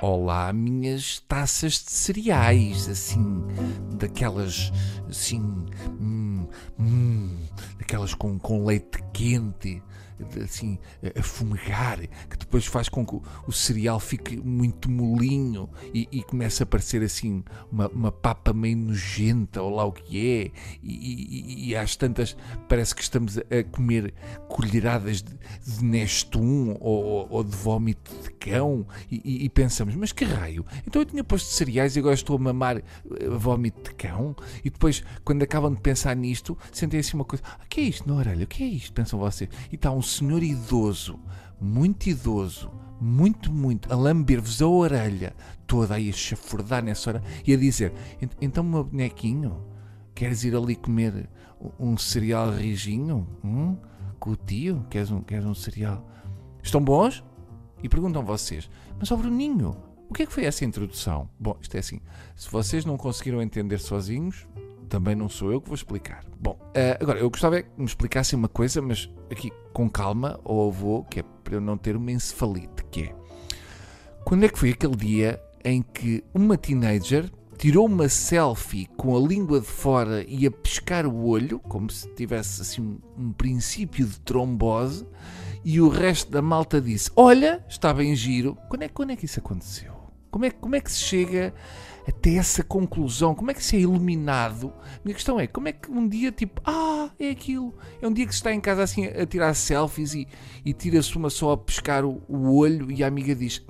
Olá, minhas taças de cereais, assim, daquelas, assim, daquelas com leite quente, assim, a fumegar, que depois faz com que o cereal fique muito molinho e começa a parecer assim uma papa meio nojenta, ou lá o que é, e às tantas parece que estamos a comer colheradas de Nestum ou de vómito de cão, e pensamos, mas que raio, então eu tinha posto cereais e agora estou a mamar vómito de cão? E depois, quando acabam de pensar nisto, sentem assim uma coisa, o que é isto na orelha? O que é isto? Pensam vocês. E está um senhor idoso, muito, a lamber-vos a orelha toda, aí a chafurdar nessa hora e a dizer, então meu bonequinho, queres ir ali comer um cereal rijinho? Com o tio? Queres um cereal? Estão bons? E perguntam vocês, mas ó Bruninho, o que é que foi essa introdução? Bom, isto é assim, se vocês não conseguiram entender sozinhos, também não sou eu que vou explicar. Bom, agora, eu gostava que me explicassem uma coisa, mas aqui com calma, ao avô, que é para eu não ter uma encefalite, que é, quando é que foi aquele dia em que uma teenager tirou uma selfie com a língua de fora e a pescar o olho, como se tivesse assim um princípio de trombose, e o resto da malta disse, olha, está bem giro. Quando é que isso aconteceu? Como é que se chega até essa conclusão? Como é que se é iluminado? A minha questão é, como é que um dia, tipo, é aquilo. É um dia que se está em casa assim a tirar selfies e tira-se uma só a pescar o olho e a amiga diz,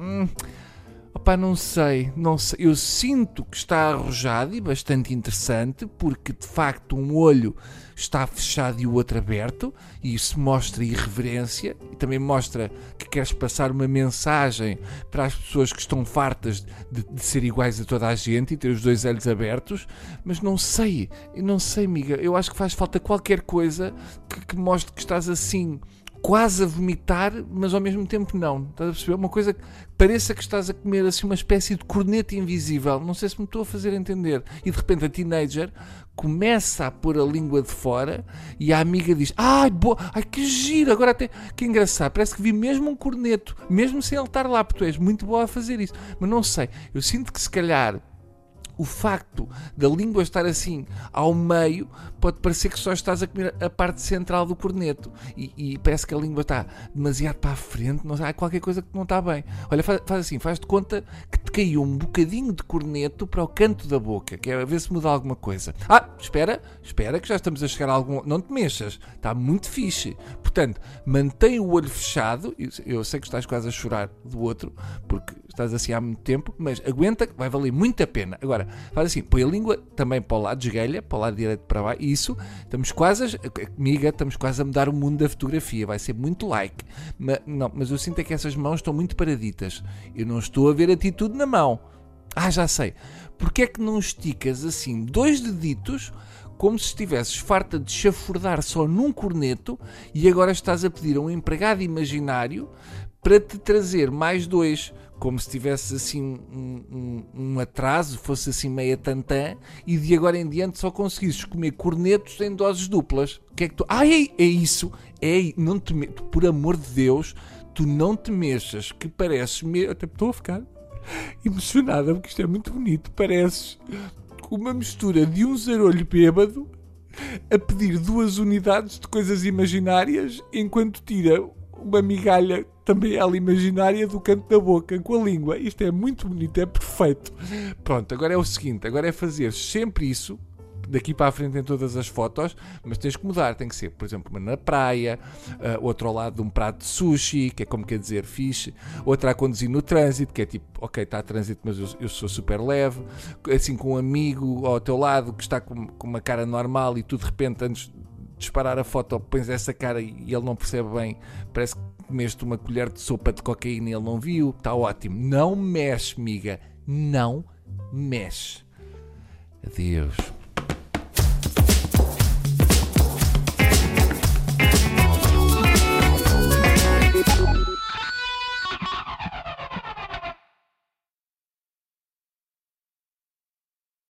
não sei. Eu sinto que está arrojado e bastante interessante, porque de facto um olho está fechado e o outro aberto, e isso mostra irreverência e também mostra que queres passar uma mensagem para as pessoas que estão fartas de ser iguais a toda a gente e ter os dois olhos abertos, mas não sei, amiga, eu acho que faz falta qualquer coisa que mostre que estás assim quase a vomitar, mas ao mesmo tempo não. Estás a perceber? Uma coisa que pareça que estás a comer assim uma espécie de corneta invisível. Não sei se me estou a fazer entender. E de repente a teenager começa a pôr a língua de fora e a amiga diz, que giro, agora até, que engraçado, parece que vi mesmo um corneto, mesmo sem ele estar lá, porque tu és muito boa a fazer isso. Mas não sei, eu sinto que se calhar o facto da língua estar assim ao meio pode parecer que só estás a comer a parte central do corneto e parece que a língua está demasiado para a frente, não sei, há qualquer coisa que não está bem. Olha, faz assim, faz de conta que te caiu um bocadinho de corneto para o canto da boca, que é a ver se muda alguma coisa. Espera que já estamos a chegar a algum... Não te mexas, está muito fixe. Portanto, mantém o olho fechado, eu sei que estás quase a chorar do outro, porque estás assim há muito tempo, mas aguenta que vai valer muito a pena. Agora, faz assim, põe a língua também para o lado, esguelha, para o lado direito para baixo, isso, estamos quase a mudar o mundo da fotografia, vai ser muito like, mas eu sinto é que essas mãos estão muito paraditas, eu não estou a ver atitude na mão. Já sei, porque é que não esticas assim 2 deditos, como se estivesses farta de chafurdar só num corneto e agora estás a pedir a um empregado imaginário para te trazer mais 2, como se tivesse assim um atraso, fosse assim meia tantã, e de agora em diante só conseguisses comer cornetos em doses duplas. O que é que tu... É isso! Não te por amor de Deus, tu não te mexas, que pareces... Até estou a ficar emocionada, porque isto é muito bonito. Pareces uma mistura de um zarolho bêbado a pedir 2 unidades de coisas imaginárias enquanto tira uma migalha também ela imaginária do canto da boca com a língua. Isto é muito bonito, é perfeito. Pronto, agora é o seguinte, agora é fazer sempre isso daqui para a frente em todas as fotos, mas tens que mudar, tem que ser, por exemplo, uma na praia, outro ao lado de um prato de sushi, que é como quer dizer fixe, outra a conduzir no trânsito, que é tipo, ok, está a trânsito, mas eu sou super leve, assim com um amigo ao teu lado que está com uma cara normal e tu de repente antes de disparar a foto pões essa cara e ele não percebe bem, parece que comeste uma colher de sopa de cocaína e ele não viu, está ótimo. Não mexe, amiga, não mexe. Adeus.